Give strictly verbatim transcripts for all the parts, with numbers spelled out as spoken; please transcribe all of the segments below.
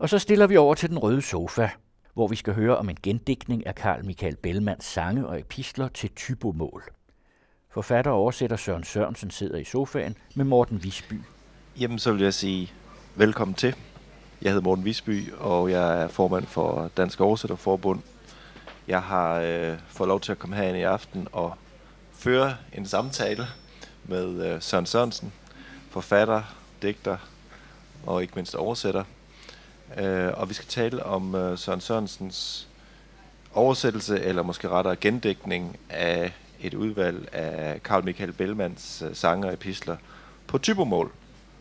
Og så stiller vi over til den røde sofa, hvor vi skal høre om en gendigtning af Carl Michael Bellmans sange og epistler til typomål. Forfatter og oversætter Søren Sørensen sidder i sofaen med Morten Visby. Jamen, så vil jeg sige velkommen til. Jeg hedder Morten Visby, og jeg er formand for Dansk Oversætterforbund. Jeg har øh, fået lov til at komme herind i aften og føre en samtale med øh, Søren Sørensen, forfatter, digter og ikke mindst oversætter. Øh, og vi skal tale om øh, Søren Sørensens oversættelse, eller måske rettere gendækning af et udvalg af Carl Michael Bellmans øh, sange og epistler på typomål.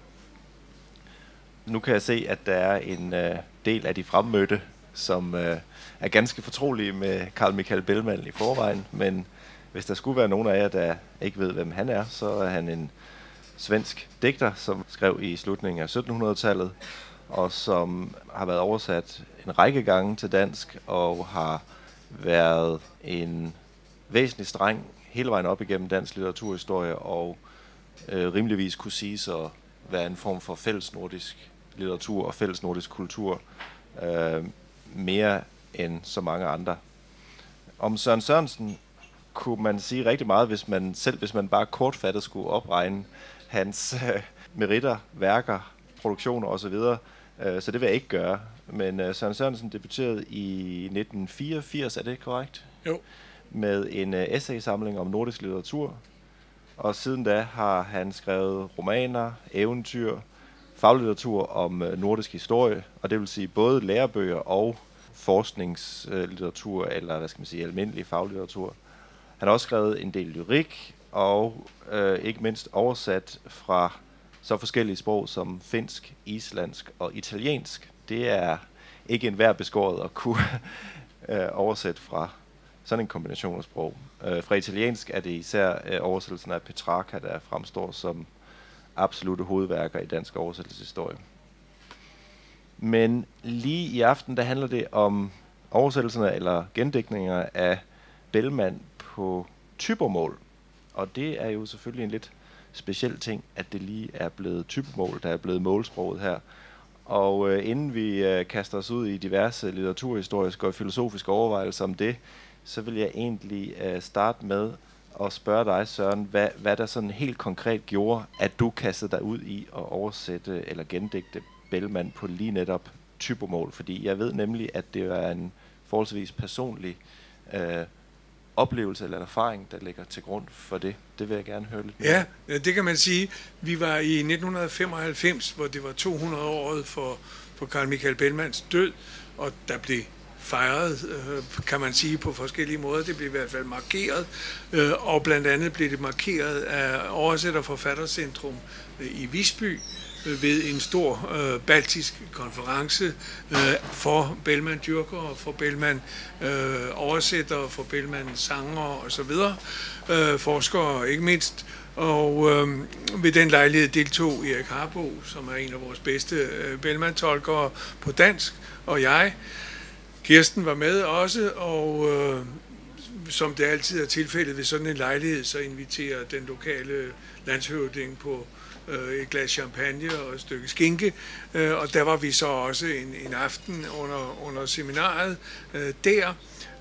Nu kan jeg se, at der er en øh, del af de fremmødte, som øh, er ganske fortrolige med Carl Michael Bellman i forvejen, men hvis der skulle være nogen af jer, der ikke ved, hvem han er, så er han en svensk digter, som skrev i slutningen af syttenhundredetallet, og som har været oversat en række gange til dansk, og har været en væsentlig streng hele vejen op igennem dansk litteraturhistorie, og øh, rimeligvis kunne siges at være en form for fællesnordisk litteratur og fællesnordisk kultur, øh, mere end så mange andre. Om Søren Sørensen kunne man sige rigtig meget, hvis man selv hvis man bare kortfattet skulle opregne hans øh, meritter, værker, produktioner osv., øh, så det vil jeg ikke gøre. Men øh, Søren Sørensen debuterede i nitten fireogfirs, er det korrekt? Jo. Med en øh, essaysamling om nordisk litteratur, og siden da har han skrevet romaner, eventyr, faglitteratur om øh, nordisk historie, og det vil sige både lærebøger og forskningslitteratur, eller hvad skal man sige, almindelig faglitteratur. Han har også skrevet en del lyrik, og øh, ikke mindst oversat fra så forskellige sprog som finsk, islandsk og italiensk. Det er ikke enhver beskåret at kunne øh, oversætte fra sådan en kombination af sprog. Øh, fra italiensk er det især øh, oversættelsen af Petrarca, der fremstår som absolutte hovedværker i dansk oversættelseshistorie. Men lige i aften, der handler det om oversættelserne eller gendækninger af Bellman på typomål. Og det er jo selvfølgelig en lidt speciel ting, at det lige er blevet typomål, der er blevet målsproget her. Og øh, inden vi øh, kaster os ud i diverse litteraturhistoriske og filosofiske overvejelser om det, så vil jeg egentlig øh, starte med at spørge dig, Søren, hvad, hvad der sådan helt konkret gjorde, at du kastede dig ud i at oversætte eller gendægte Bellman på lige netop typomål. Fordi jeg ved nemlig, at det er en forholdsvis personlig øh, oplevelse eller erfaring, der ligger til grund for det. Det vil jeg gerne høre lidt mere. Ja, det kan man sige. Vi var i nitten femoghalvfems, hvor det var to hundrede året for, for Carl Michael Bellmans død, og der blev fejret, kan man sige, på forskellige måder. Det blev i hvert fald markeret, og blandt andet blev det markeret af Oversætter- Forfattercentrum i Visby ved en stor øh, baltisk konference øh, for Bellman-dyrkere, for Bellman-oversættere, øh, for Bellman-sangere osv., øh, forskere ikke mindst. Og øh, ved den lejlighed deltog Erik Harbo, som er en af vores bedste øh, Bellman-tolkere på dansk, og jeg. Kirsten var med også, og øh, som det altid er tilfældet ved sådan en lejlighed, så inviterer den lokale landshøvding på et glas champagne og et stykke skinke, og der var vi så også en, en aften under, under seminaret øh, der,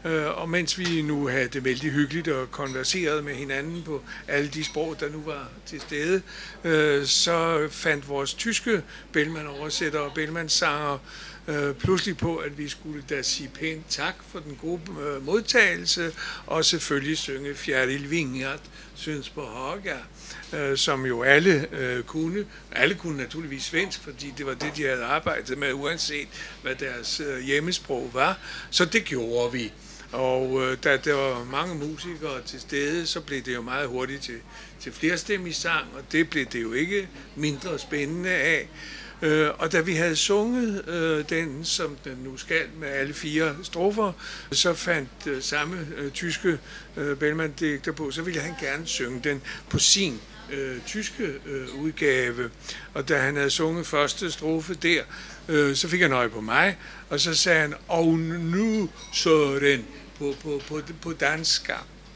og mens vi nu havde det vældig hyggeligt og konverseret med hinanden på alle de sprog, der nu var til stede, øh, så fandt vores tyske Bellman-oversætter og Bellman-sanger øh, pludselig på, at vi skulle da sige pænt tak for den gode øh, modtagelse, og selvfølgelig synge Fjerdil Vingert, Syns på Haga, Øh, som jo alle øh, kunne. Alle kunne naturligvis svensk, fordi det var det, de havde arbejdet med, uanset hvad deres øh, hjemmesprog var. Så det gjorde vi. Og øh, da der var mange musikere til stede, så blev det jo meget hurtigt til, til flerstemmig sang, og det blev det jo ikke mindre spændende af. Øh, og da vi havde sunget øh, den, som den nu skal, med alle fire strofer, så fandt øh, samme øh, tyske øh, Bellman-digter på, så ville han gerne synge den på sin øh, tyske øh, udgave. Og da han havde sunget første strofe der, øh, så fik han øje på mig, og så sagde han, og nu så den på, på, på, på dansk.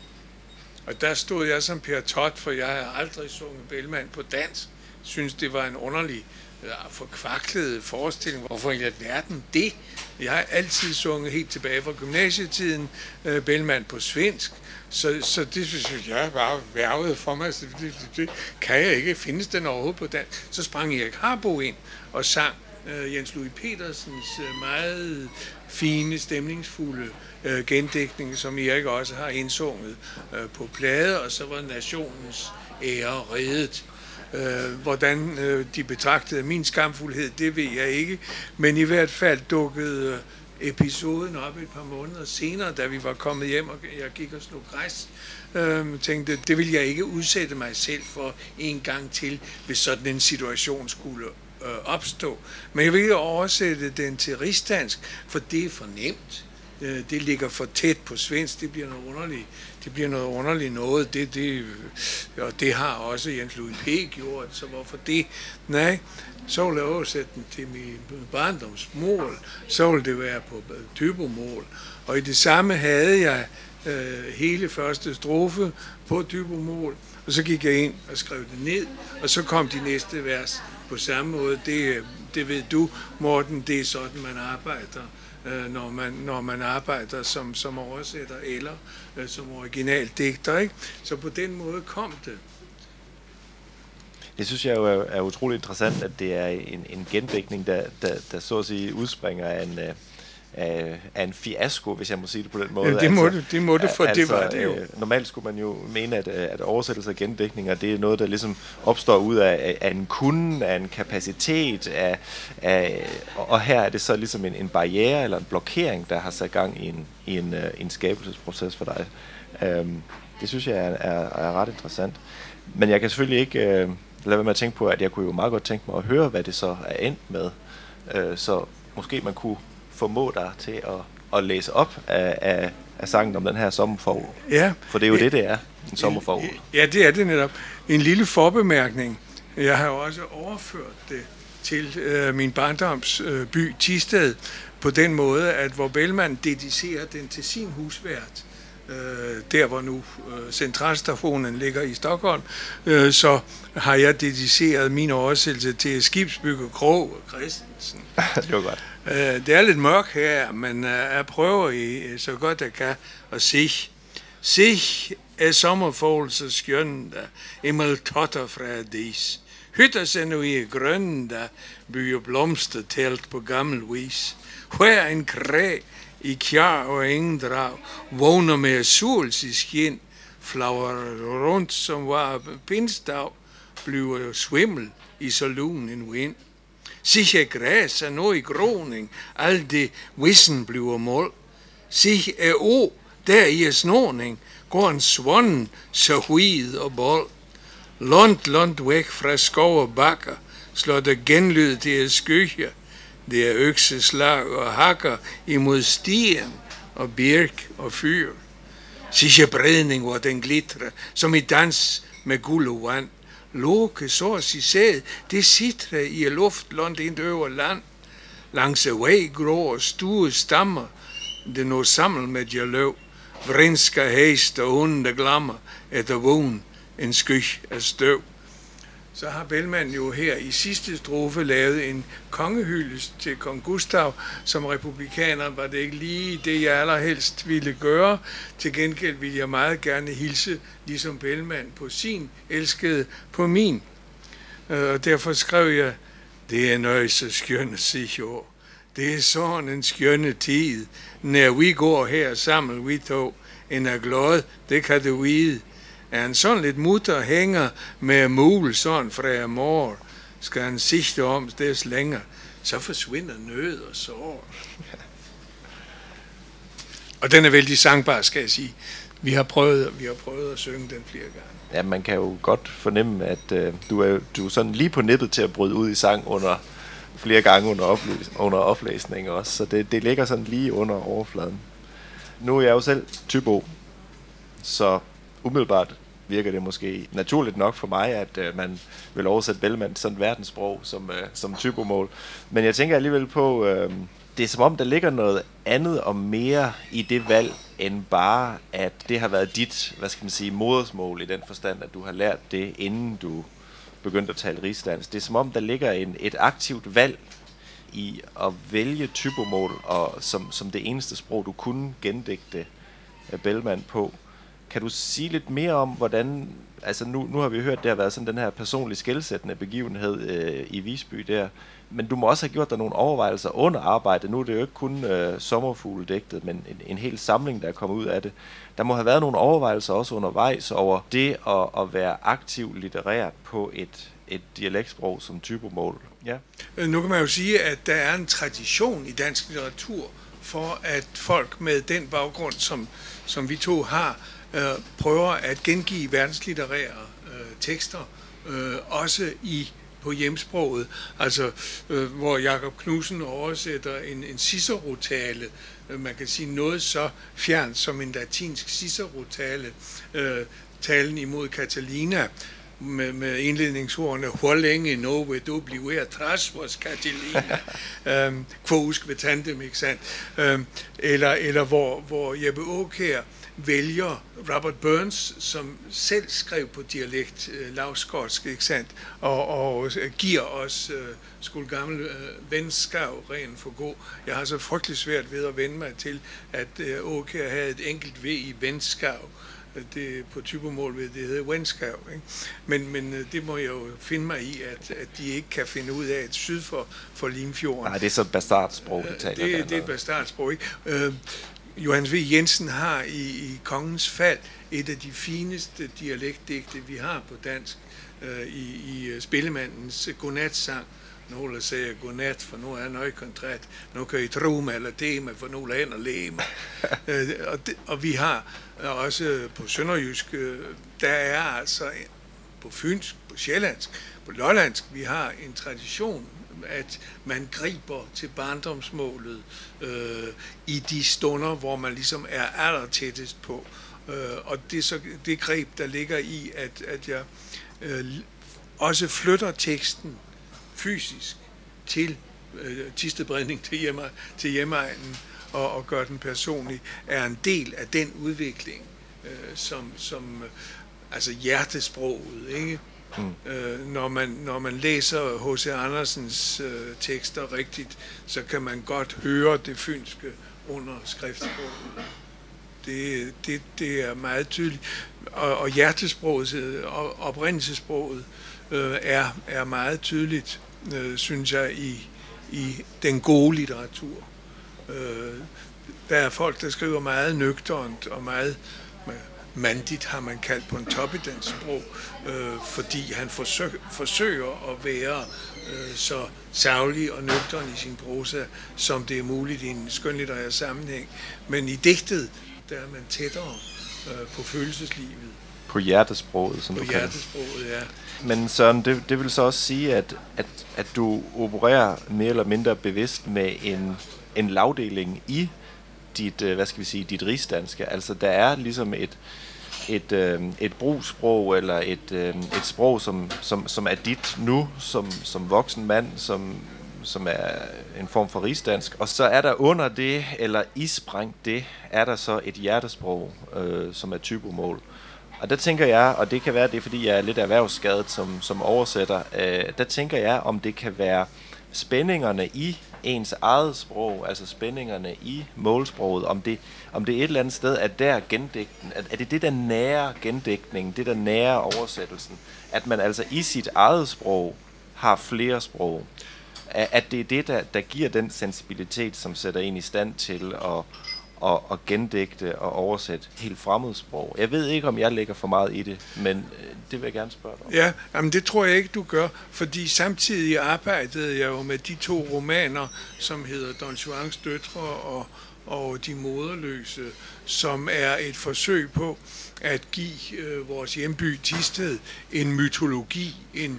Og der stod jeg som Per Tot, for jeg havde aldrig sunget Bellman på dansk. Synes det var en underlig forkvaklede forestilling. Hvorfor i alverden det? Jeg har altid sunget helt tilbage fra gymnasietiden øh, Bellman på svensk, så, så det synes jeg bare værvede for mig. Så det, det, det kan jeg ikke. Findes den overhovedet på dansk? Så sprang Erik Harbo ind og sang øh, Jens Louis Petersens øh, meget fine, stemningsfulde øh, gendækning, som Erik også har indsunget øh, på plade, og så var nationens ære reddet. Øh, hvordan øh, de betragtede min skamfuldhed, det ved jeg ikke, men i hvert fald dukkede øh, episoden op et par måneder senere, da vi var kommet hjem, og jeg gik og slog græs, øh, tænkte, det ville jeg ikke udsætte mig selv for en gang til, hvis sådan en situation skulle øh, opstå. Men jeg vil ikke oversætte den til rigsdansk, for det er for nemt. Det ligger for tæt på svensk, det bliver noget underligt, det bliver noget underligt noget, det, det, og det har også Jens Louis P. gjort, så hvorfor det? Nej, så vil jeg oversætte den til min barndomsmål, så vil det være på typomål, og i det samme havde jeg øh, hele første strofe på typomål, og så gik jeg ind og skrev det ned, og så kom de næste vers på samme måde, det, det ved du, Morten, det er sådan, man arbejder. Når man, når man arbejder som, som oversætter eller øh, som original digter, ikke? Så på den måde kom det. Det synes jeg jo er, er utroligt interessant, at det er en, en gendækning, der, der, der så at sige udspringer af en, af, af en fiasko, hvis jeg må sige det på den måde. Ja, det må altså, det, det må det, for altså, det var det jo. Øh, normalt skulle man jo mene, at, at oversættelse af gendækninger, det er noget, der ligesom opstår ud af, af en kunde, af en kapacitet, af, af, og her er det så ligesom en, en barriere eller en blokering, der har sat gang i en, i en, uh, en skabelsesproces for dig. Um, det synes jeg er, er, er ret interessant. Men jeg kan selvfølgelig ikke uh, lade være med at tænke på, at jeg kunne jo meget godt tænke mig at høre, hvad det så er endt med. Uh, så måske man kunne formå dig til at, at læse op af, af, af sangen om den her sommerfugl. Ja. For det er jo det, det er, en sommerfugl. Ja, det er det netop. En lille forbemærkning. Jeg har jo også overført det til øh, min barndomsby øh, by Thisted på den måde, at hvor Bellman dedicerer den til sin husvært, øh, der hvor nu øh, centralstationen ligger i Stockholm, øh, så har jeg dediceret min oversættelse til skibsbygger Krog Christensen. Det var godt. Det er lidt mørkt her, men jeg prøver i så godt jeg kan at sige. Sig er sommerfugl så skøn, der imel totter fra dis. Hytter sig nu i grøn, der bygger blomstertelt på gammel vis. Hver en kræ i kjar og ingen drag, vågner med sols i skin, flager rundt som var pindsdag, bliver svimmel i saloon en vind. Sig græs er nu i groning, alt det vissen bliver mål. Sig er o, der i snorning, går en svonden så huid og bold. Langt, langt væk fra skov og bakker, slår der genlyd til skyer. Det er økseslag og hakker imod stien og birk og fyr. Sig bredning, hvor den glitrer, som i dans med guld og vand. Låke, sås i sæd, det sitrer i luft langt ind over land. Langs vej grå og stue stammer, det når sammen med jer løv. Vrinsker hest og hunden, der glammer, efter vågen en sky af støv. Så har Bellman jo her i sidste strofe lavet en kongehyldest til kong Gustav. Som republikaner var det ikke lige det, jeg allerhelst ville gøre. Til gengæld ville jeg meget gerne hilse, ligesom Bellman på sin, elskede på min. Og derfor skrev jeg, det er nøje så skønne sig år. Det er sådan en skønne tid, når vi går her sammen, vi to. En er glad, det kan du vide. Er han sådan lidt mutter hænger med mul sådan fra mor, skal han sigte om des længere, så forsvinder nød og sår. Og den er vældig sangbar, skal jeg sige. Vi har prøvet, vi har prøvet at synge den flere gange. Ja, man kan jo godt fornemme, at øh, du er du er sådan lige på nippet til at bryde ud i sang under flere gange under, oplæs, under oplæsning også, så det, det ligger sådan lige under overfladen. Nu er jeg jo selv typo, så umiddelbart virker det måske naturligt nok for mig, at øh, man vil oversætte Bellman til sådan et verdenssprog som, øh, som typomål. Men jeg tænker alligevel på, øh, det er som om, der ligger noget andet og mere i det valg, end bare, at det har været dit, hvad skal man sige, modersmål i den forstand, at du har lært det, inden du begyndte at tale rigsdansk. Det er som om, der ligger en, et aktivt valg i at vælge typomål og som, som det eneste sprog, du kunne gendigte Bellman på. Kan du sige lidt mere om, hvordan... Altså nu, nu har vi hørt, det har været sådan den her personligt skelsættende begivenhed øh, i Visby der. Men du må også have gjort dig nogle overvejelser under arbejdet. Nu er det jo ikke kun øh, sommerfugledigtet, men en, en hel samling, der er kommet ud af det. Der må have været nogle overvejelser også undervejs over det at, at være aktiv litterært på et, et dialektsprog som typomål. Ja. Nu kan man jo sige, at der er en tradition i dansk litteratur for, at folk med den baggrund, som, som vi to har, øh, prøver at gengive verdenslitterære øh, tekster, øh, også i på hjemsproget, altså øh, hvor Jakob Knudsen oversætter en, en Cicero-tale, øh, man kan sige noget så fjernt som en latinsk Cicero-tale, øh, talen imod Catalina, med, med indledningsordene, hvor længe endnu vil du blive atrás vores Catalina, øhm, kvosk ved tandem, ikke sandt? Øhm, eller, eller hvor, hvor Jeppe Aakjær vælger Robert Burns, som selv skrev på dialekt, øh, lavskotsk, ikke sandt? Og, og giver os øh, skuld gammel øh, venskav ren for god. Jeg har så frygtelig svært ved at vende mig til, at øh, Aakjær havde et enkelt V i venskav. Det på typomål ved, det hedder venskav, ikke? Men, men det må jeg jo finde mig i, at, at de ikke kan finde ud af, at syd for, for Limfjorden... Nej, det er så et bastardsprog, de taler. Det, det er et bastardsprog, ikke? Øh, Johannes V. Jensen har i, i Kongens Fald et af de fineste dialektdigte, vi har på dansk, øh, i, i Spillemandens godnatsang. Nogle siger godnat, for nu er jeg nøjkontræt. Nu kan I tro mig eller det mig, for nu er jeg leme. øh, og, det, og vi har også på sønderjysk, øh, der er altså på fynsk, på sjællandsk, på lollandsk, vi har en tradition, at man griber til barndomsmålet øh, i de stunder, hvor man ligesom er allertættest på. Øh, og det er så det greb, der ligger i, at, at jeg øh, også flytter teksten fysisk til øh, Thistedbredning, til, hjemme, til hjemmeegnen, og, og gør den personlig, er en del af den udvikling, øh, som, som øh, altså hjertesproget, ikke? Mm. Øh, når, man, når man læser H C Andersens øh, tekster rigtigt, så kan man godt høre det fynske under skriftsproget. Det, det, det er meget tydeligt. Og, og hjertesproget, og oprindelsesproget, øh, er, er meget tydeligt, øh, synes jeg, i, i den gode litteratur. Øh, der er folk, der skriver meget nøgternt og meget mandigt, har man kaldt på en toppedans-sprog, øh, fordi han forsøg, forsøger at være øh, så saglig og nøgtern i sin prosa, som det er muligt i en skønlitterær sammenhæng. Men i digtet, der er man tættere øh, på følelseslivet. På hjertesproget, som på du kalder. På hjertesproget, ja. Men Søren, det, det vil så også sige, at, at, at du opererer mere eller mindre bevidst med en, en lavdeling i dit, hvad skal vi sige, dit rigsdanske. Altså, der er ligesom et, et, øh, et brugssprog, eller et, øh, et sprog, som, som, som er dit nu, som, som voksen mand, som, som er en form for rigsdansk. Og så er der under det, eller isprængt det, er der så et hjertesprog, øh, som er typomål. Og der tænker jeg, og det kan være, det er fordi, jeg er lidt erhvervsskadet som, som oversætter, øh, der tænker jeg, om det kan være spændingerne i ens eget sprog, altså spændingerne i målsproget, om det, om det et eller andet sted er der gendigten, er det det der nære gendækning, det der nære oversættelsen, at man altså i sit eget sprog har flere sprog, at det er det, der, der giver den sensibilitet, som sætter en i stand til at, at, at gendægte og oversætte helt fremmedsprog. Jeg ved ikke, om jeg lægger for meget i det, men det vil jeg gerne spørge dig om. Ja, jamen det tror jeg ikke, du gør, fordi samtidig arbejdede jeg jo med de to romaner, som hedder Don Juans døtre og, og De moderløse, som er et forsøg på at give øh, vores hjemby Thisted en mytologi, en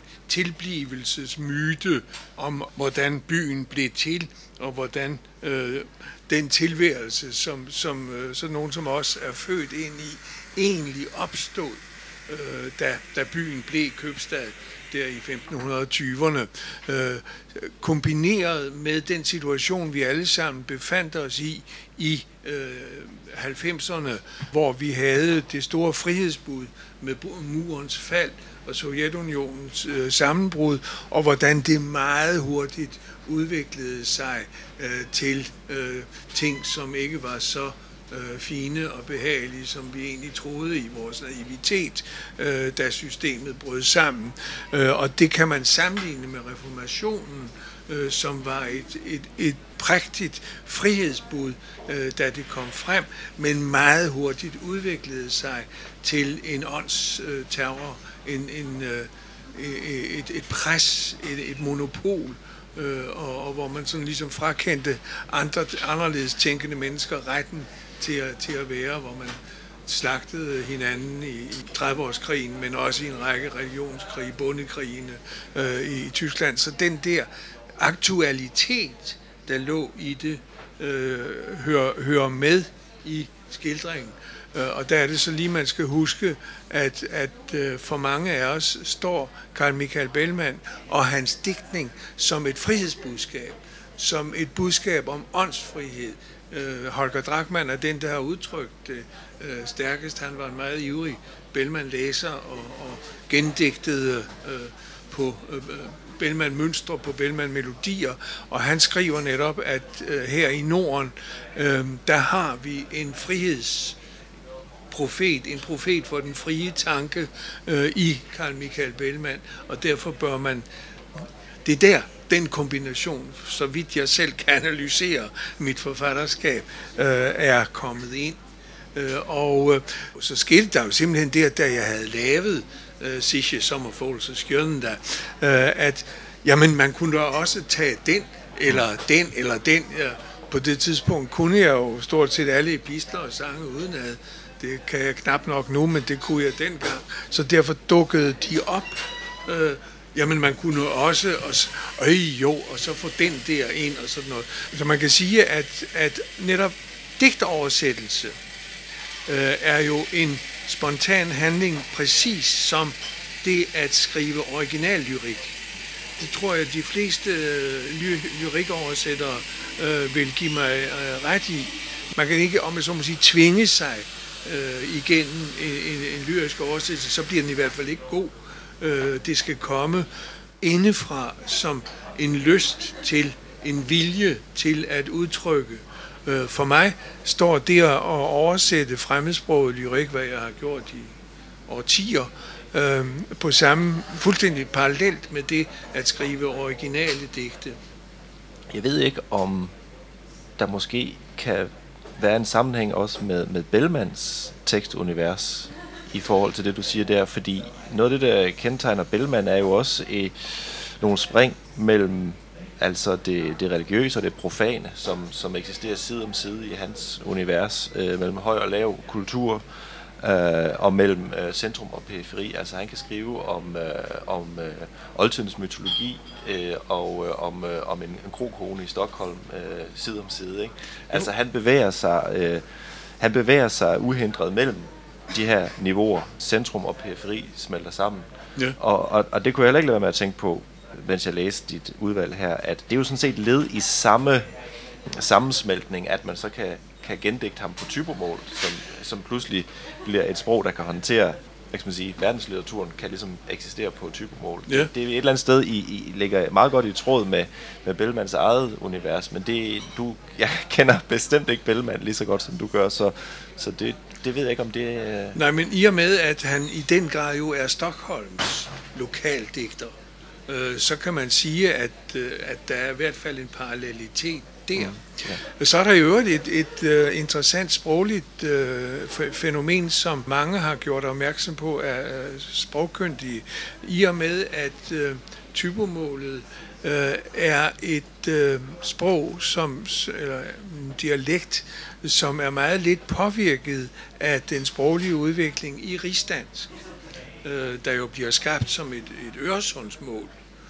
tilblivelsesmyte om, hvordan byen blev til, og hvordan øh, den tilværelse, som, som øh, sådan nogen som os er født ind i, egentlig opstod, øh, da, da byen blev købstad der i femten tyverne, øh, kombineret med den situation, vi alle sammen befandt os i i øh, halvfemserne, hvor vi havde det store frihedsbud med murens fald og Sovjetunionens øh, sammenbrud, og hvordan det meget hurtigt udviklede sig øh, til øh, ting, som ikke var så øh, fine og behagelige, som vi egentlig troede i vores naivitet, øh, da systemet brød sammen. Øh, og det kan man sammenligne med reformationen, øh, som var et, et, et prægtigt frihedsbud, øh, da det kom frem, men meget hurtigt udviklede sig til en åndsterror, en, en, øh, et, et pres, et, et monopol, øh, og, og hvor man sådan ligesom frakendte andre, anderledes tænkende mennesker retten til at, til at være, hvor man slagtede hinanden i, i tredive-årskrigen, men også i en række religionskrige, bondekrigene øh, i, i Tyskland. Så den der aktualitet, der lå i det, øh, hører, hører med i skildringen. Øh, og der er det så lige, man skal huske, at, at øh, for mange af os står Carl Michael Bellman og hans digtning som et frihedsbudskab, som et budskab om åndsfrihed. Øh, Holger Drachmann er den, der har udtrykt det øh, stærkest. Han var en meget ivrig Bellman-læser og, og gendigtede øh, på øh, Bellman-mønstre, på Bellman-melodier, og han skriver netop, at øh, her i Norden, øh, der har vi en frihedsprofet, en profet for den frie tanke øh, i Carl Michael Bellman, og derfor bør man, det er der, den kombination, så vidt jeg selv kan analysere mit forfatterskab, øh, er kommet ind. Øh, og øh, så skete der jo simpelthen det, da jeg havde lavet øh, Siche Sommerfugls Skjønnen der, øh, at jamen, man kunne da også tage den, eller den, eller den. Ja, på det tidspunkt kunne jeg jo stort set alle epistler og sange udenad. Det kan jeg knap nok nu, men det kunne jeg dengang. Så derfor dukkede de op. Øh, Jamen, man kunne også, og, øh, jo, og så få den der ind, og sådan noget. Så man kan sige, at, at netop digteroversættelse øh, er jo en spontan handling, præcis som det at skrive originallyrik. Det tror jeg, de fleste ly- lyrikoversættere øh, vil give mig øh, ret i. Man kan ikke, om jeg så må sige, tvinge sig øh, igennem en, en, en lyrisk oversættelse, så bliver den i hvert fald ikke god. Det skal komme indefra som en lyst til, en vilje til at udtrykke. For mig står det at oversætte fremmedsproget lyrik, hvad jeg har gjort i årtier, på samme, fuldstændig parallelt med det at skrive originale digte. Jeg ved ikke, om der måske kan være en sammenhæng også med, med Bellmans tekstunivers, i forhold til det, du siger der, fordi noget af det, der kendetegner Bellman, er jo også et, nogle spring mellem altså det, det religiøse og det profane, som, som eksisterer side om side i hans univers, øh, mellem høj og lav kultur, øh, og mellem øh, centrum og periferi. Altså han kan skrive om, øh, om øh, oldtidens mytologi øh, og øh, om, øh, om en, en krokone i Stockholm øh, side om side. Ikke? Altså han bevæger sig, øh, han bevæger sig uhindret mellem de her niveauer, centrum og periferi, smelter sammen. Ja. Og, og, og det kunne jeg heller ikke lade være med at tænke på, mens jeg læste dit udvalg her, at det er jo sådan set led i samme sammensmeltning, at man så kan, kan gendigte ham på typomål, som, som pludselig bliver et sprog, der kan håndtere, hvad skal man sige, verdenslitteraturen kan ligesom eksistere på typomål. Ja. Det er et eller andet sted, I, I ligger meget godt i tråd med, med Bellmans eget univers, men det, du, jeg kender bestemt ikke Bellman lige så godt, som du gør, så, så det, det ved jeg ikke, om det... Nej, men i og med, at han i den grad jo er Stockholms lokaldigter, øh, så kan man sige, at, øh, at der er i hvert fald en parallelitet der. Mm, ja. Så er der jo et, et, et uh, interessant sprogligt uh, fænomen, som mange har gjort opmærksom på af uh, sprogkyndige, i og med at uh, typomålet uh, er et uh, sprog, som, eller en dialekt, som er meget lidt påvirket af den sproglige udvikling i rigsdansk, uh, der jo bliver skabt som et, et øresundsmål,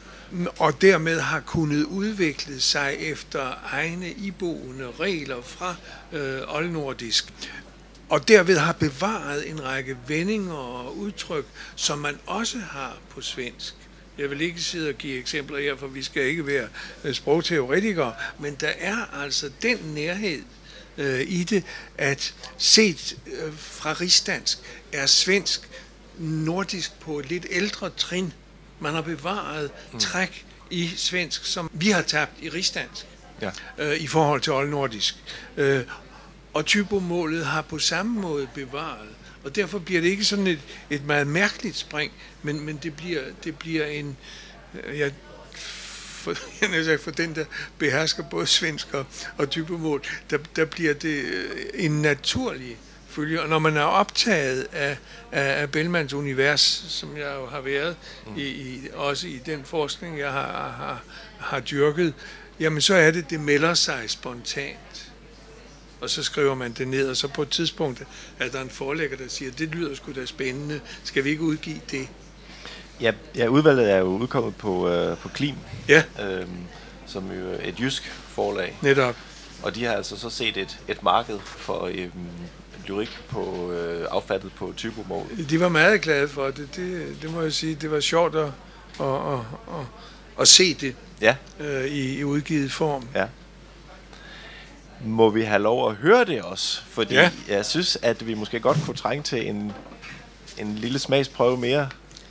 og dermed har kunnet udvikle sig efter egne iboende regler fra øh, oldnordisk, og derved har bevaret en række vendinger og udtryk, som man også har på svensk. Jeg vil ikke sidde og give eksempler her, for vi skal ikke være øh, sprogteoretikere, men der er altså den nærhed øh, i det, at set øh, fra rigsdansk er svensk nordisk på et lidt ældre trin. Man har bevaret mm. træk i svensk, som vi har tabt i rigsdansk, ja. øh, i forhold til oldnordisk. Øh, og typomålet har på samme måde bevaret. Og derfor bliver det ikke sådan et, et meget mærkeligt spring, men, men det, bliver, det bliver en... Øh, ja, for, jeg for den, der behersker både svensk og, og typomål, der, der bliver det en naturlig følge. Og når man er optaget af, af, af Bellmans univers, som jeg jo har været, mm. i, i, også i den forskning, jeg har, har, har dyrket, jamen så er det, det melder sig spontant. Og så skriver man det ned, og så på et tidspunkt er der en forlægger, der siger, det lyder sgu da spændende, skal vi ikke udgive det? Ja, ja, udvalget er jo udkommet på, øh, på Klim, ja. øhm, som jo er et jysk forlag. Netop. Og de har altså så set et, et marked for øhm, lyrik på, øh, affattet på typomål. De var meget glade for det, det, det må jeg sige. Det var sjovt at, at, at, at, at se det ja. øh, i, i udgivet form. Ja. Må vi have lov at høre det også? Fordi ja. jeg synes, at vi måske godt kunne trænge til en, en lille smagsprøve mere.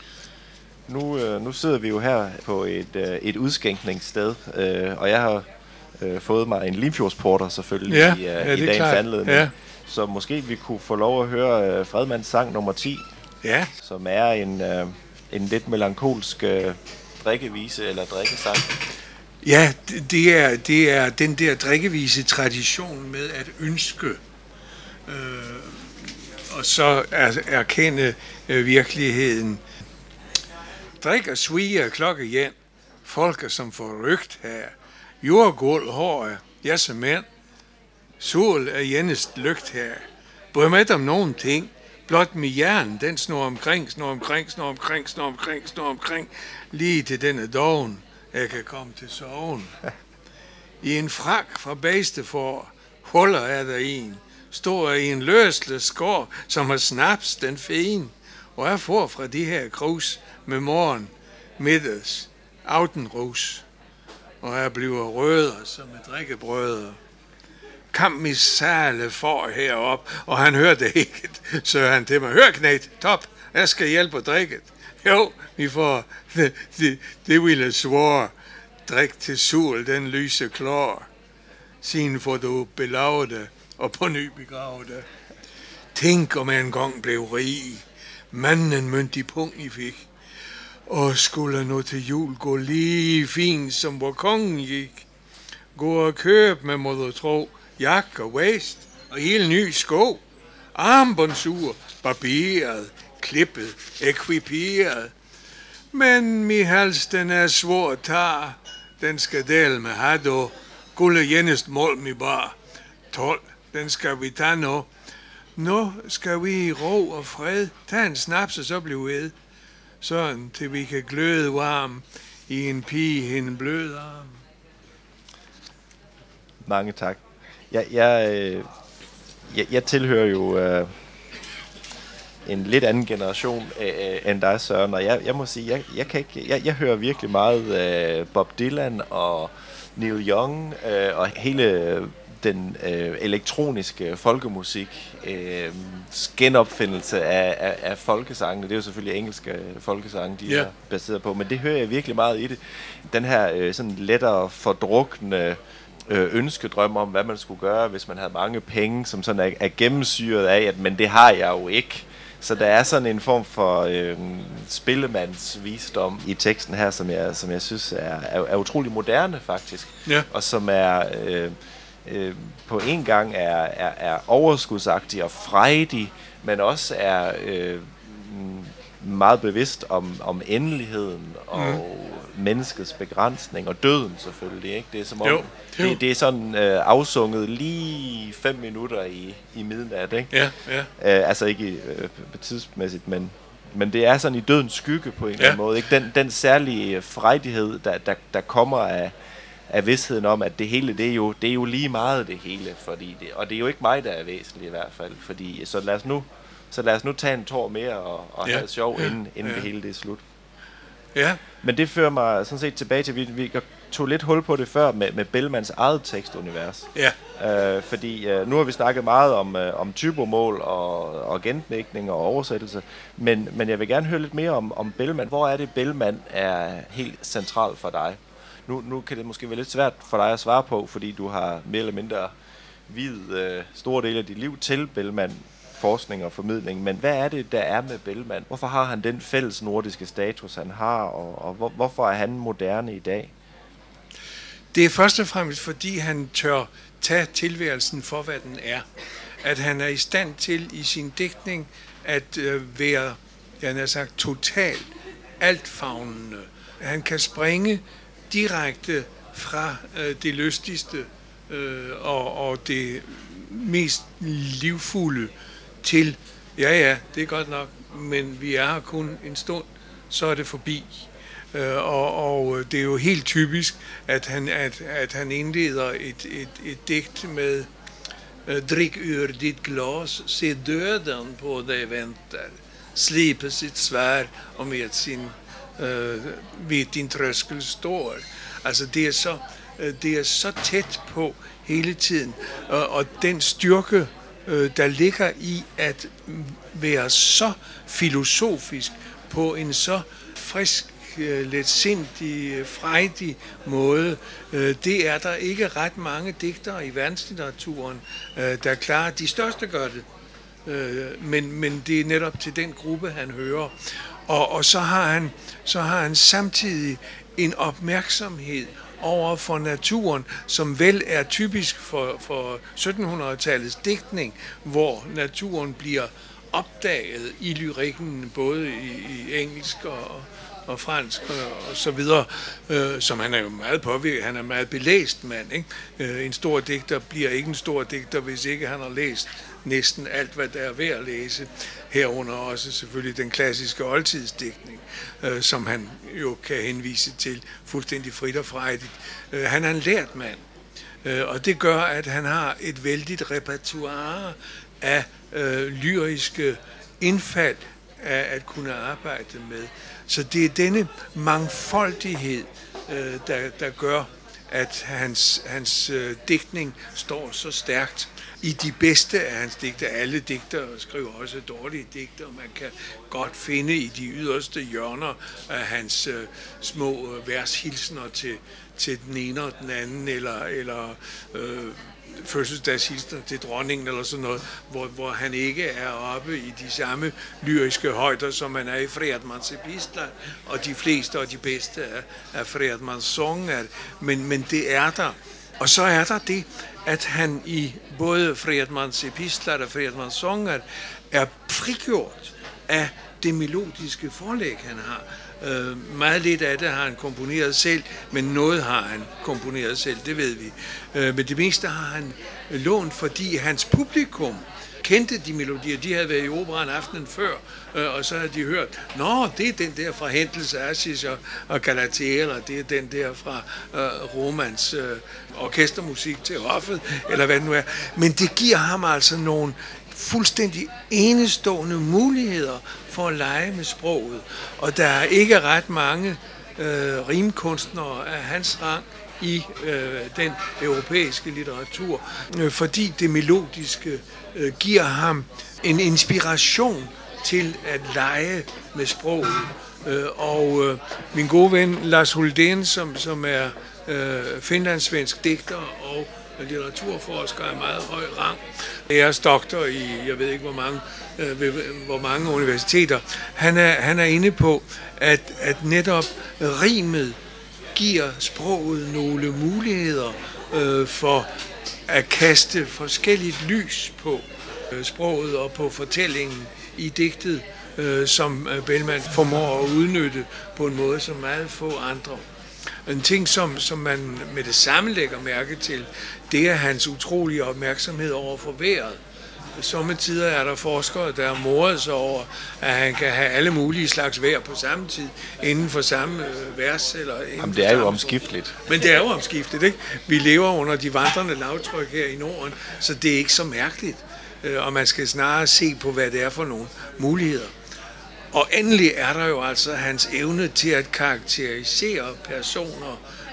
Nu, øh, nu sidder vi jo her på et, øh, et udskænkningssted, øh, og jeg har øh, fået mig en Limfjordsporter selvfølgelig ja, i, øh, ja, i dagens klart. anledning. Ja. Så måske vi kunne få lov at høre øh, Fredmans sang nummer ti, ja. som er en, øh, en lidt melankolsk øh, drikkevise eller drikkesang. Ja, det er, det er den der drikkevise tradition med at ønske, øh, og så er, erkende øh, virkeligheden. Drik og sviger klokke hjem, folket som får rygt her, jordgulv hår er, jasse mænd, sol er jennest lygt her, bryr mig om nogen ting, blot med hjernen, den snor omkring, snor omkring, snor omkring, snor omkring, snor omkring, lige til denne dogen, jeg kan komme til soven. I en frak fra bagste for, huller er der en, står i en løsle skår, som har snaps den fen, og jeg får fra de her krus med morgen, middags, aftenrus, og jeg bliver rødder som et drikkebrødder. Kamp i sale for herop, og han hørte ikke, så han til mig, hør knægt, top, jeg skal hjælpe at drikke. Jo, vi får, det, det, det ville svare, drik til sol, den lyse klår. Siden får du belave det, og på ny begrave det. Tænk om jeg engang blev rig, manden en myndig punkt I fik, og skulle nu til jul gå lige fint, som hvor kongen gik. Gå og køb med må du tro, jakke og waist, og hele ny sko, armbåndsur, barberet, klippet, ekviperet. Men mi hals, den er svår at tage, den skal dele med hado, gulde jennest mål mi bar. tolv, den skal vi tage nu. Nu skal vi i ro og fred, tage en snaps og så blive ved. Sådan, til vi kan gløde varm i en pige hende blød arm. Mange tak. Jeg, jeg, øh, jeg, jeg tilhører jo øh, en lidt anden generation øh, end dig, Søren, og jeg, jeg må sige, jeg, jeg, kan ikke, jeg, jeg hører virkelig meget øh, Bob Dylan og Neil Young øh, og hele den øh, elektroniske folkemusik, øh, genopfindelse af, af, af folkesangene. Det er jo selvfølgelig engelske folkesange, de yeah. er baseret på, men det hører jeg virkelig meget i det. Den her øh, sådan lettere fordrukne øh, ønskedrøm om, hvad man skulle gøre, hvis man havde mange penge, som sådan er, er gennemsyret af, at men det har jeg jo ikke. Så der er sådan en form for øh, spillemands visdom i teksten her, som jeg, som jeg synes er, er, er utrolig moderne faktisk, yeah. og som er øh, øh, på en gang er, er, er overskudsagtig og frejdig, men også er øh, meget bevidst om, om endeligheden og mm. menneskets begrænsning og døden selvfølgelig, ikke? Det er som om jo, jo. Det, det er sådan øh, afsunget lige fem minutter i, i midnat, ikke? Ja, ja. Øh, altså ikke øh, tidsmæssigt, men men det er sådan i dødens skygge på en ja. eller anden måde, ikke? Den den særlige frejdighed der der der kommer af af vidstheden om, at det hele, det er jo det er jo lige meget det hele, fordi det, og det er jo ikke mig der er væsentlig i hvert fald, fordi så lad os nu så lad os nu tage en tår mere og, og ja. have det sjov, ja. inden, inden ja. det hele det er slut. Ja. Men det fører mig sådan set tilbage til, vi, vi tog lidt hul på det før med, med Bellmans eget tekstunivers. Ja. Øh, fordi øh, nu har vi snakket meget om, øh, om typomål og, og gendigtning og oversættelse, men, men jeg vil gerne høre lidt mere om, om Bellman. Hvor er det, Bellman er helt central for dig? Nu, nu kan det måske være lidt svært for dig at svare på, fordi du har mere eller mindre videt øh, store dele af dit liv til Bellman, forskning og formidling, men hvad er det, der er med Bellman? Hvorfor har han den fælles nordiske status, han har, og, og hvor, hvorfor er han moderne i dag? Det er først og fremmest, fordi han tør tage tilværelsen for, hvad den er. At han er i stand til i sin digtning at øh, være, jeg har sagt, totalt altfavnende. Han kan springe direkte fra øh, det lystigste øh, og, og det mest livfulde til, ja ja, det er godt nok, men vi er her kun en stund, så er det forbi. Øh, og, og det er jo helt typisk, at han, at, at han indleder et, et, et digt med Drik ur dit glas, se døden på dig venter, slipe sitt svärd og med sin øh, ved din trøskel står. Altså det er så, det er så tæt på hele tiden, og, og den styrke, der ligger i at være så filosofisk på en så frisk, letsindig, frejdig måde. Det er der ikke ret mange digtere i verdenslitteraturen, der klarer. De største gør det, men, men det er netop til den gruppe, han hører. Og, og så, har han, så har han samtidig en opmærksomhed over for naturen, som vel er typisk for, for syttenhundredetallets digtning, hvor naturen bliver opdaget i lyrikken, både i, i engelsk og, og fransk og, og så videre, øh, som han er jo meget påvirket, han er meget belæst mand, ikke? Øh, en stor digter bliver ikke en stor digter, hvis ikke han har læst næsten alt, hvad der er værd at læse, herunder også selvfølgelig den klassiske oldtidsdigtning, øh, som han jo kan henvise til fuldstændig frit og frejdigt. Øh, han er en lært mand, øh, og det gør, at han har et vældigt repertoire af øh, lyriske indfald af at kunne arbejde med. Så det er denne mangfoldighed, øh, der, der gør, at hans, hans øh, digtning står så stærkt. I de bedste af hans digter, alle digtere skriver også dårlige digter, man kan godt finde i de yderste hjørner af hans øh, små øh, vershilsener til, til den ene og den anden, eller, eller øh, fødselsdagshilsener til dronningen eller sådan noget, hvor, hvor han ikke er oppe i de samme lyriske højder, som man er i Fredmans epistler, og de fleste og de bedste af, af Fredmans sånger, men, men det er der. Og så er der det, at han i både Fredmans epistler og Fredmans sånger er frigjort af det melodiske forlæg, han har. Uh, meget lidt af det har han komponeret selv, men noget har han komponeret selv, det ved vi. Uh, men det meste har han lånt, fordi hans publikum kendte de melodier. De havde været i operaen aftenen før, uh, og så havde de hørt, nå, det er den der fra Händels Acis og, og Galatea, eller det er den der fra uh, Romans uh, orkestermusik til hoffet, eller hvad det nu er. Men det giver ham altså nogle fuldstændig enestående muligheder for at lege med sproget. Og der er ikke ret mange øh, rimkunstnere af hans rang i øh, den europæiske litteratur, øh, fordi det melodiske øh, giver ham en inspiration til at lege med sproget. Øh, og øh, min gode ven Lars Huldén, som, som er øh, finlandssvensk digter og litteraturforsker af meget høj rang, æresdoktor i, jeg ved ikke hvor mange, øh, ved, hvor mange universiteter. Han er, han er inde på, at, at netop rimet giver sproget nogle muligheder øh, for at kaste forskelligt lys på øh, sproget og på fortællingen i digtet, øh, som Bellman formår at udnytte på en måde, som meget få andre. En ting, som, som man med det samme lægger mærke til, det er hans utrolige opmærksomhed over for vejret. Sommetider er der forskere, der er moret sig over, at han kan have alle mulige slags vejr på samme tid, inden for samme øh, vers. Eller Jamen, det er jo omskifteligt. Men det er jo omskifteligt, ikke? Vi lever under de vandrende lavtryk her i Norden, så det er ikke så mærkeligt. Og man skal snarere se på, hvad det er for nogle muligheder. Og endelig er der jo altså hans evne til at karakterisere personer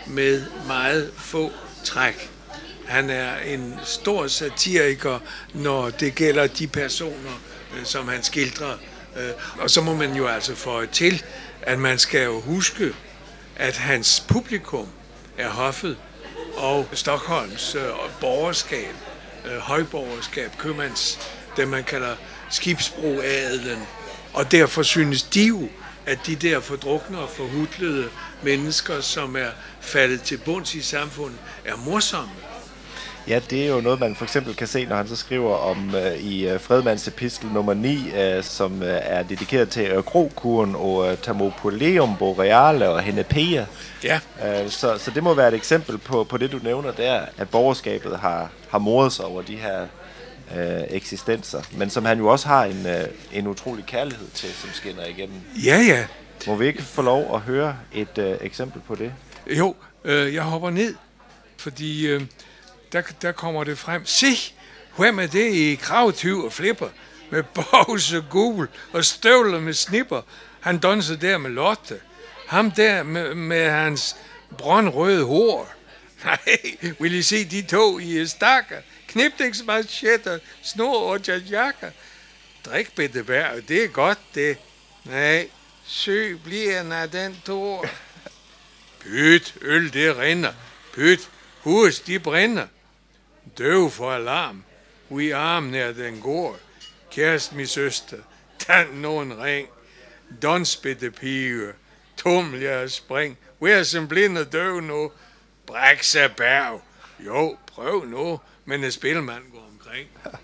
med meget få træk. Han er en stor satiriker, når det gælder de personer, som han skildrer. Og så må man jo altså få til, at man skal jo huske, at hans publikum er hoffet, og Stockholms borgerskab, højborgerskab, købmands, det man kalder skibsbroadelen. Og derfor synes de jo, at de der fordrukne og forhudlede mennesker, som er faldet til bunds i samfundet, er morsomme. Ja, det er jo noget, man for eksempel kan se, når han så skriver om uh, i uh, Fredmans epistel nummer ni, uh, som uh, er dedikeret til uh, Grokuren og uh, Thermopoleum Boreale og Henepea. Ja. Uh, så, så det må være et eksempel på, på det, du nævner der, at borgerskabet har, har moret sig over de her uh, eksistenser, men som han jo også har en, uh, en utrolig kærlighed til, som skinner igennem. Ja, ja. Må vi ikke få lov at høre et uh, eksempel på det? Jo, øh, jeg hopper ned, fordi øh, der, der kommer det frem. Se, hvem er det i kravtyv og flipper, med bogs og gul og støvler med snipper. Han danser der med Lotte. Ham der med, med hans brøndrøde hår. Nej, vil I se de to i stakker? Knipningsmanchetter, snor og jakker. Drik bedebær, det er godt det. Nej, søg bliver af den tår. Pyt, øl det rinder. Pyt, hus de brænder. Døv for alarm. Ui armen er den går. Kærest min søster, tand nogen ring. Dans bitte pige. Tuml jeg spring. Vær som blind og døv nu. Bræk sig bærg. Jo, prøv nu, men en spilmand går omkring.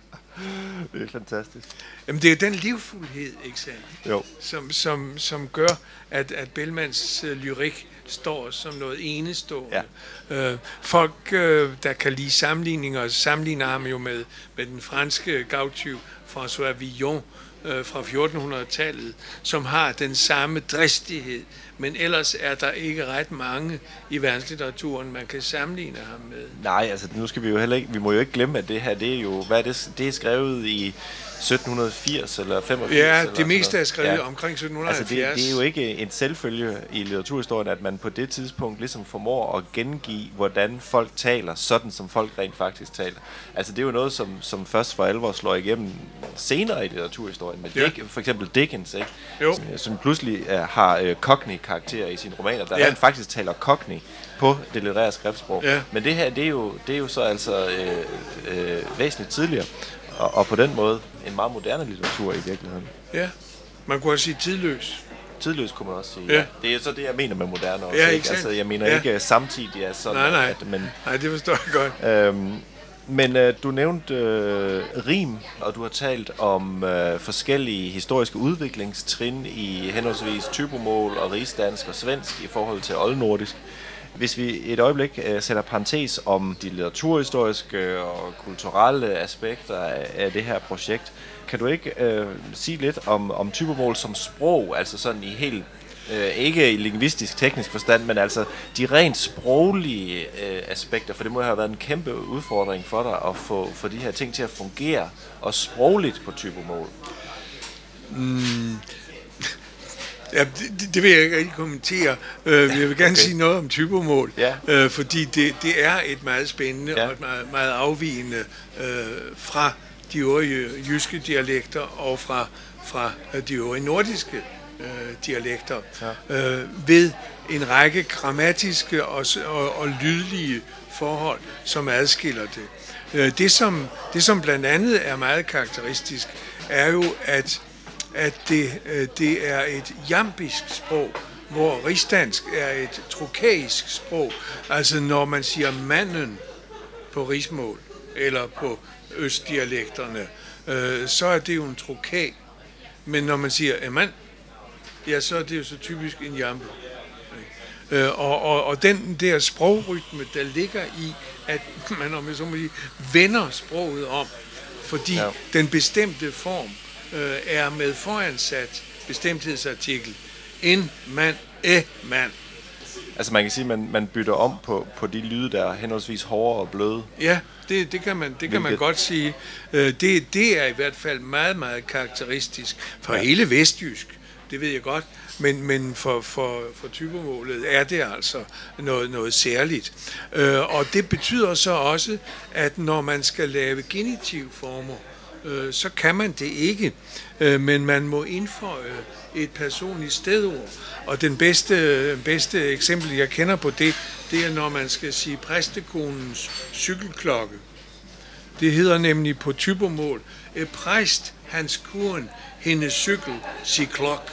Det er fantastisk. Jamen, det er den livfuldhed, ikke sandt? Jo. Som, som, som gør, at, at Bellmans uh, lyrik står som noget enestående. Ja. Uh, folk, uh, der kan lide sammenligninger, sammenligner ham jo med, med den franske gavtyv François Villon uh, fra fjortenhundredetallet, som har den samme dristighed, men ellers er der ikke ret mange i verdenslitteraturen, man kan sammenligne ham med. Nej, altså nu skal vi jo heller ikke, vi må jo ikke glemme, at det her, det er jo, hvad er det, det er skrevet i sytten firs eller femogfirs. Ja, eller det meste er skrevet ja. omkring sytten Altså halvfjerds. det, det er jo ikke en selvfølge i litteraturhistorien, at man på det tidspunkt ligesom formår at gengive, hvordan folk taler, sådan som folk rent faktisk taler. Altså det er jo noget, som, som først for alvor slår igennem senere i litteraturhistorien, med ja. Dick, for eksempel Dickens, ikke? Jo. Som, som pludselig uh, har uh, Cockney-karakterer i sine romaner, der ja. rent faktisk taler Cockney på det litterære skriftsprog. Ja. Men det her, det er jo, det er jo så altså øh, øh, væsentligt tidligere, og, og på den måde en meget moderne litteratur i virkeligheden. Ja, man kunne også sige tidløs. Tidløs kunne man også sige. Ja. Ja. Det er så det, jeg mener med moderne også. Ja, ikke? ikke Altså, jeg mener ja. ikke samtidig er sådan, nej, nej. At, men, nej, det forstår jeg godt. Øhm, men øh, du nævnte øh, rim, og du har talt om øh, forskellige historiske udviklingstrin i henholdsvis typomål og rigsdansk og svensk i forhold til oldnordisk. Hvis vi et øjeblik øh, sætter parentes om de litteraturhistoriske og kulturelle aspekter af, af det her projekt, kan du ikke øh, sige lidt om, om typomål som sprog, altså sådan i helt, øh, ikke i lingvistisk teknisk forstand, men altså de rent sproglige øh, aspekter, for det må have været en kæmpe udfordring for dig at få, få de her ting til at fungere, og sprogligt på typomål. Mm. Ja, det, det vil jeg ikke rigtig kommentere. Uh, jeg vil gerne okay. sige noget om typomål, ja. uh, fordi det, det er et meget spændende ja. og et meget, meget afvigende uh, fra de øvrige jyske dialekter og fra, fra de øvrige nordiske uh, dialekter ja. uh, ved en række grammatiske og, og, og lydlige forhold, som adskiller det. Uh, det, som, det, som blandt andet er meget karakteristisk, er jo, at at det, det er et jambisk sprog, hvor rigsdansk er et trokæisk sprog. Altså når man siger manden på rigsmål, eller på østdialekterne, øh, så er det jo en trokæ. Men når man siger en mand, ja, så er det jo så typisk en jambe. Øh, og, og, og den der sprogrytme, der ligger i, at man, om jeg så må sige, vender sproget om, fordi ja. den bestemte form Øh, er med foransat bestemthedsartikel en mand, æ mand. Altså man kan sige, at man, man bytter om på, på de lyde, der er henholdsvis hårde og bløde. Ja, det, det kan man, det kan man godt sige. Øh, det, det er i hvert fald meget, meget karakteristisk for ja. hele vestjysk. det ved jeg godt, men, men for, for, for typermålet er det altså noget, noget særligt. Øh, og det betyder så også, at når man skal lave genitivformer, øh, så kan man det ikke, øh, men man må indføje et personligt stedord. Og den bedste, bedste eksempel, jeg kender på det, det er, når man skal sige præstekonens cykelklokke. Det hedder nemlig på typermål, præst hans kuren, hendes cykel, sig klok.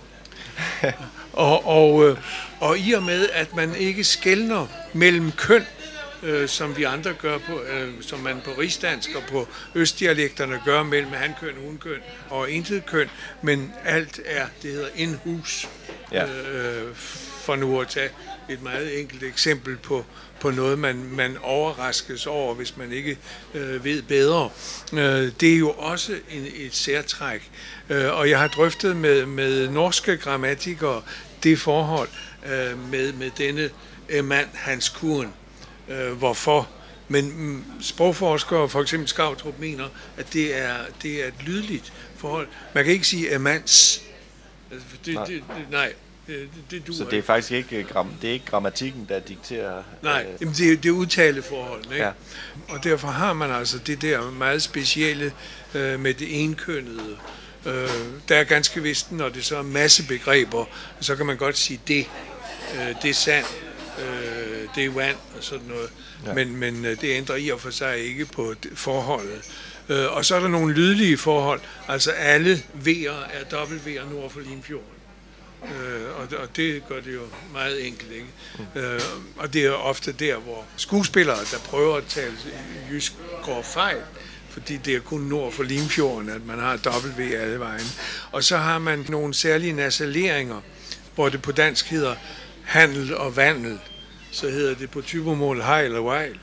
og, og, og i og med, at man ikke skelner mellem køn, øh, som vi andre gør på, øh, som man på rigsdansk og på østdialekterne gør mellem hankøn, hunkøn og intet køn, men alt er, det hedder en hus. Ja. Øh, for nu at tage et meget enkelt eksempel på, på noget, man, man overraskes over, hvis man ikke øh, ved bedre. Øh, det er jo også en, et særtræk, øh, og jeg har drøftet med, med norske grammatikere det forhold øh, med, med denne øh, mand, Hans Kuren. Øh, hvorfor? Men mm, sprogforskere, for eksempel Skautrup, mener, at det er, det er et lydligt forhold. Man kan ikke sige mands. Altså, det, nej. Det, det, nej. Det, det så det er faktisk ikke, gram, det er ikke grammatikken, der dikterer... Nej, øh... det, er, det er udtaleforholdene, ikke? Ja. Og derfor har man altså det der meget specielle øh, med det enkønnede. Øh, der er ganske vist, når det så er masse begreber, så kan man godt sige det, øh, det er sand, øh, det er vand og sådan noget. Ja. Men, men øh, det ændrer i og for sig ikke på forholdet. Øh, og så er der nogle lydlige forhold, altså alle V'er er W'er nord for Limfjorden. Øh, og, og det gør det jo meget enkelt, ikke? Mm. Øh, og det er ofte der, hvor skuespillere, der prøver at tale jysk, går fejl, fordi det er kun nord for Limfjorden, at man har W alle vejen. Og så har man nogle særlige nasaleringer, hvor det på dansk hedder handel og vandel, så hedder det på typermål hejl og vejl.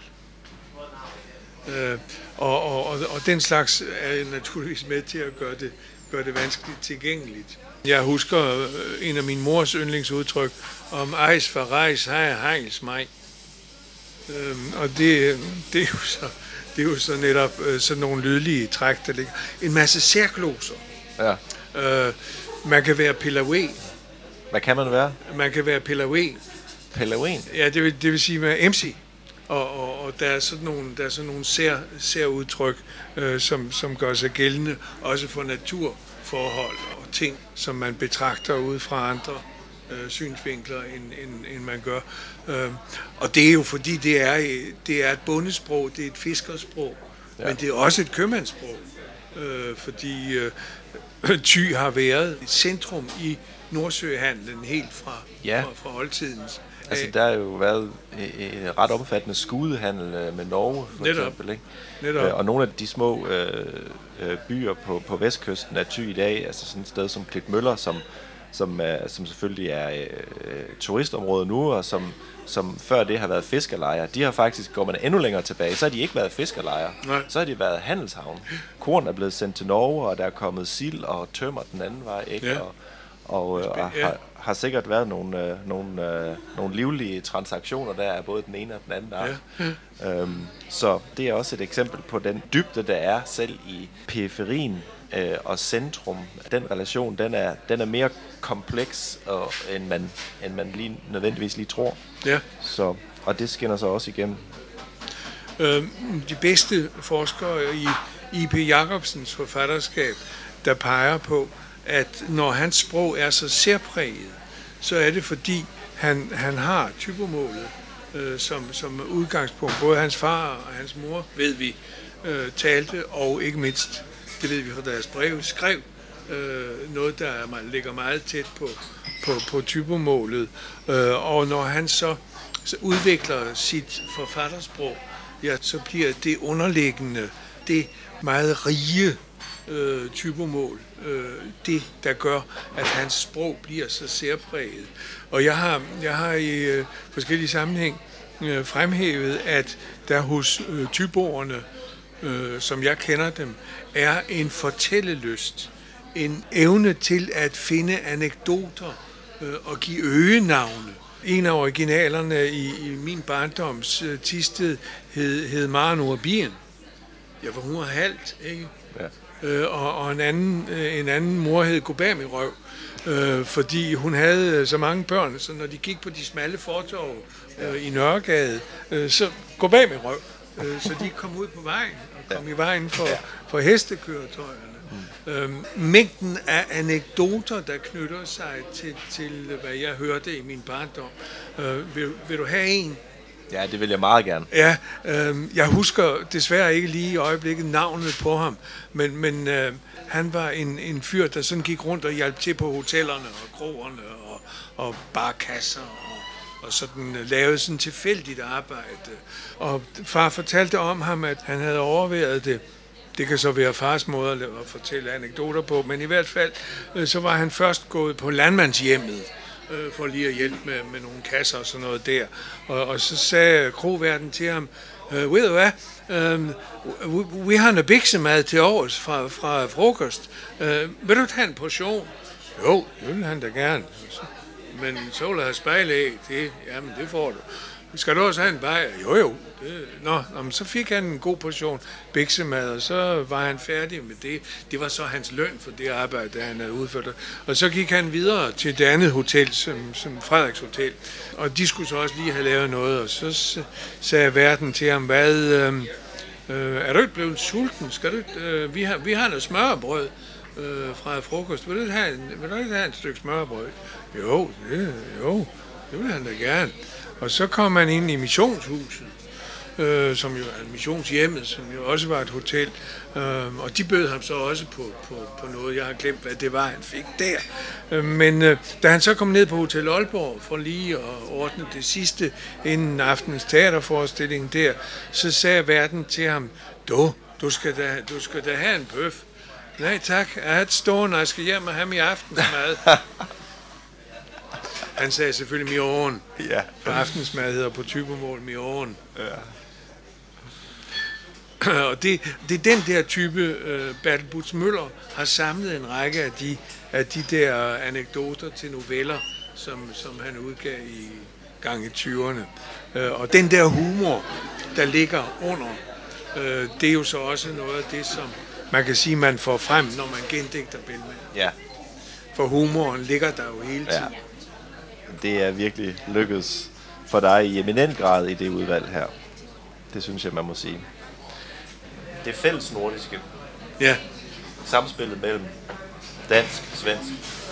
Øh, og, og, og, og den slags er naturligvis med til at gøre det, gøre det vanskeligt tilgængeligt. Jeg husker en af min mors yndlingsudtryk om ejs for rejs, hej, hejls mig. Øhm, og det, det, er jo så, det er jo så netop øh, sådan nogle lydlige træk, der ligger. En masse særgloser. Ja. Øh, man kan være Pelavé. Hvad kan man være? Man kan være Pelavé. Pelavé? Ja, det vil, det vil sige med M C. Og, og, og der er sådan nogle, der er sådan nogle sær, særudtryk, øh, som, som gør sig gældende, også for naturforhold og ting, som man betragter ud fra andre øh, synsvinkler, end, end, end man gør. Øh, og det er jo fordi, det er, det er et bondesprog, det er et fiskersprog, ja. Men det er også et købmandssprog, øh, fordi øh, Thy har været et centrum i Nordsøhandlen helt fra, ja. fra, fra oldtidens. Altså, der har jo været en ret omfattende skudehandel med Norge, for Netop. eksempel, ikke? Netop. Og nogle af de små øh, byer på, på vestkysten af Thy i dag, altså sådan et sted som Klitmøller, som, som, er, som selvfølgelig er øh, turistområde nu, og som, som før det har været fiskerlejre, de har faktisk, går man endnu længere tilbage, så har de ikke været fiskerlejre, Nej. Så har de været handelshavn. Korn er blevet sendt til Norge, og der er kommet sild og tømmer den anden vej, ikke? Ja. Og, og, øh, og har, har sikkert været nogle, øh, nogle, øh, nogle livlige transaktioner der af både den ene og den anden art. Ja. Øhm, så det er også et eksempel på den dybde, der er selv i periferien øh, og centrum. Den relation, den er, den er mere kompleks, og, end, man, end man lige, nødvendigvis lige tror. Ja. Så, og det skinner sig også igennem. Øhm, de bedste forskere i I P Jacobsens forfatterskab, der peger på, at når hans sprog er så særpræget, så er det fordi, han, han har typermålet øh, som, som udgangspunkt. Både hans far og hans mor, ved vi, øh, talte, og ikke mindst, det ved vi fra deres brev, skrev øh, noget, der er, ligger meget tæt på, på, på typermålet. Øh, og når han så, så udvikler sit forfattersprog, ja, så bliver det underliggende, det meget rige øh, typermål, øh, det der gør, at hans sprog bliver så særpræget. Og jeg har, jeg har i øh, forskellige sammenhæng øh, fremhævet, at der hos øh, tyboerne, øh, som jeg kender dem, er en fortællelyst, en evne til at finde anekdoter øh, og give øgenavne. En af originalerne i, i min barndoms uh, Thisted hed, hed Maren Urbien. Ja, for hun var halvt, ikke? Ja. øh, og, og en, anden, øh, en anden mor hed Gobami-røv, øh, fordi hun havde så mange børn, så når de gik på de smalle fortov øh, i Nørregade, øh, så Gobami-røv, øh, så de kom ud på vejen og kom i vejen for, for hestekøretøjerne. Mm. Øhm, mængden af anekdoter, der knytter sig til, til hvad jeg hørte i min barndom. Øh, vil, vil du have en? Ja, det vil jeg meget gerne. Ja, øh, jeg husker desværre ikke lige i øjeblikket navnet på ham, men, men øh, han var en, en fyr, der sådan gik rundt og hjalp til på hotellerne og kroerne og, og barkasser og, og sådan lavede sådan tilfældigt arbejde. Og far fortalte om ham, at han havde overværet det. Det kan så være fars måde at fortælle anekdoter på, men i hvert fald øh, så var han først gået på landmandshjemmet øh, for lige at hjælpe med, med nogle kasser og sådan noget der. Og, og så sagde kroværten til ham, øh, ved du hvad, øh, vi har noget biksemad til overs fra, fra frokost. Øh, vil du tage en portion? Jo, det vil han da gerne. Men så vil jeg have spejlæg, det, jamen det får du. Skal du også have en bajer? Jo, jo. Det, nå, nå, så fik han en god portion biksemad, og så var han færdig med det. Det var så hans løn for det arbejde, han havde udført. Og så gik han videre til det andet hotel, som, som Frederiks Hotel. Og de skulle så også lige have lavet noget, og så sagde verden til ham, hvad, øh, øh, er du ikke blevet sulten? Skal du ikke, øh, vi, har, vi har noget smørbrød øh, fra frokost. Vil du, have en, vil du ikke have et stykke smørbrød? Jo, det, jo, det vil han da gerne. Og så kom han ind i missionshuset, øh, som jo er missionshjemmet, som jo også var et hotel. Øh, og de bød ham så også på, på, på noget. Jeg har glemt, hvad det var, han fik der. Øh, men øh, da han så kom ned på Hotel Aalborg for lige at ordne det sidste inden aftenens teaterforestilling der, så sagde verden til ham, du, du skal da, du skal da have en bøf. Nej tak, jeg har et stående, og jeg skal hjem og have min aftensmad. Han sagde selvfølgelig Mioren. Ja. For aftensmad hedder på typemål Mioren. Ja. Og det, det er den der type, uh, Bertel Butz Møller har samlet en række af de, af de der anekdoter til noveller, som, som han udgav i gang i tyverne. Uh, og den der humor, der ligger under, uh, det er jo så også noget af det, som man kan sige, man får frem, når man gendigter Bellman. Ja. For humoren ligger der jo hele tiden. Ja. Det er virkelig lykkedes for dig i eminent grad i det udvalg her. Det synes jeg, man må sige. Det fælles nordiske. Ja. Samspillet mellem dansk, svensk,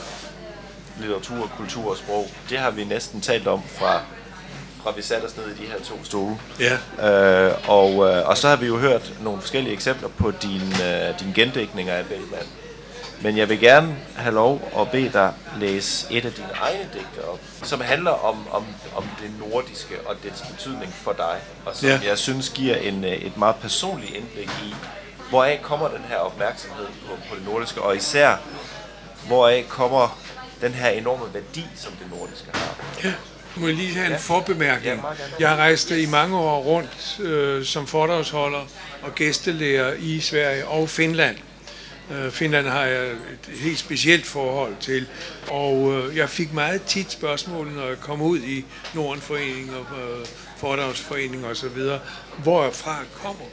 litteratur, kultur og sprog. Det har vi næsten talt om fra, fra vi satte os ned i de her to stole. Ja. Øh, og, øh, og så har vi jo hørt nogle forskellige eksempler på dine øh, din gendækninger af Bellman. Men jeg vil gerne have lov at bede dig læse et af dine egne digte op, som handler om, om, om det nordiske og dets betydning for dig, og som ja. jeg synes giver en, et meget personligt indblik i, hvoraf kommer den her opmærksomhed på, på det nordiske, og især, hvoraf kommer den her enorme værdi, som det nordiske har. Ja. Må jeg lige have en ja. forbemærkning? Ja, jeg har rejst i mange år rundt øh, som foredragsholder og gæstelærer i Sverige og Finland. Finland har jeg et helt specielt forhold til, og jeg fik meget tit spørgsmål, når jeg kom ud i Nordenforeningen og foredragsforeninger og så videre, hvorfra kommer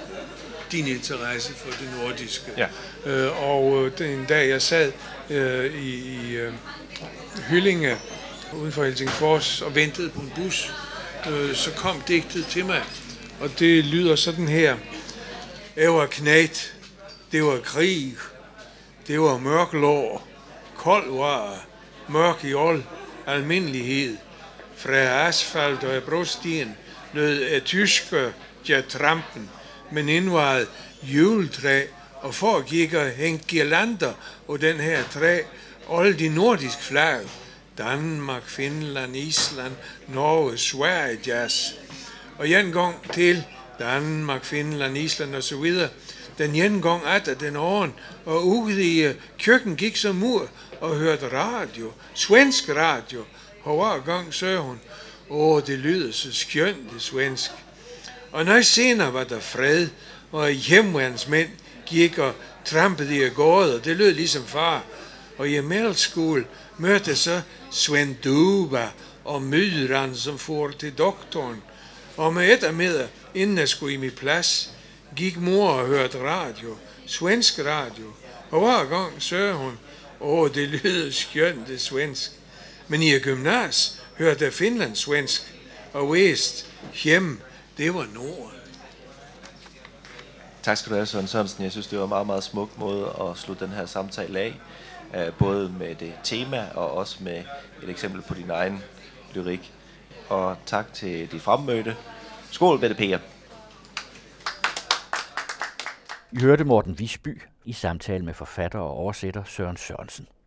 din interesse for det nordiske? Ja. Og den dag jeg sad i, i Hyllinge uden for Helsingfors og ventede på en bus, så kom digtet til mig, og det lyder sådan her: Jeg var knægt. Det var krig, det var mørklår, kold var, mørk i all almindelighed. Fra asfalt og brostien lød af tysker ja trampen, men indvaret juletræ, og foregik og hængt girlander og den her træ, alle de nordiske flag. Danmark, Finland, Island, Norge, Sverige, jazz. Og en gang til Danmark, Finland, Island og så videre. Den ene gang efter den åren, og ude i køkken gik som mur og hørte radio, svensk radio. Og hver gang sagde hun, åh, det lyder så skønt, det svensk. Og når senere var der fred, og hjemmeværnsmænd gik og trampede i gårde, og det lød ligesom far. Og i mellemskole mødte så Svend Duva og Myran, som for til doktoren. Og med ettermiddag, inden jeg skulle i min plads, gik mor og hørte radio, svensk radio, og hver gang sagde hun, åh, det lyder skønt, det svensk. Men i gymnas hørte jeg finlandssvensk, og vidste, hjem, det var Norden. Tak skal du have, Søren Sørensen. Jeg synes, det var en meget, meget smuk måde at slutte den her samtale af. Både med det tema og også med et eksempel på din egen lyrik. Og tak til de fremmødte. Skål, Bette Peer. I hørte Morten Visby i samtale med forfatter og oversætter Søren Sørensen.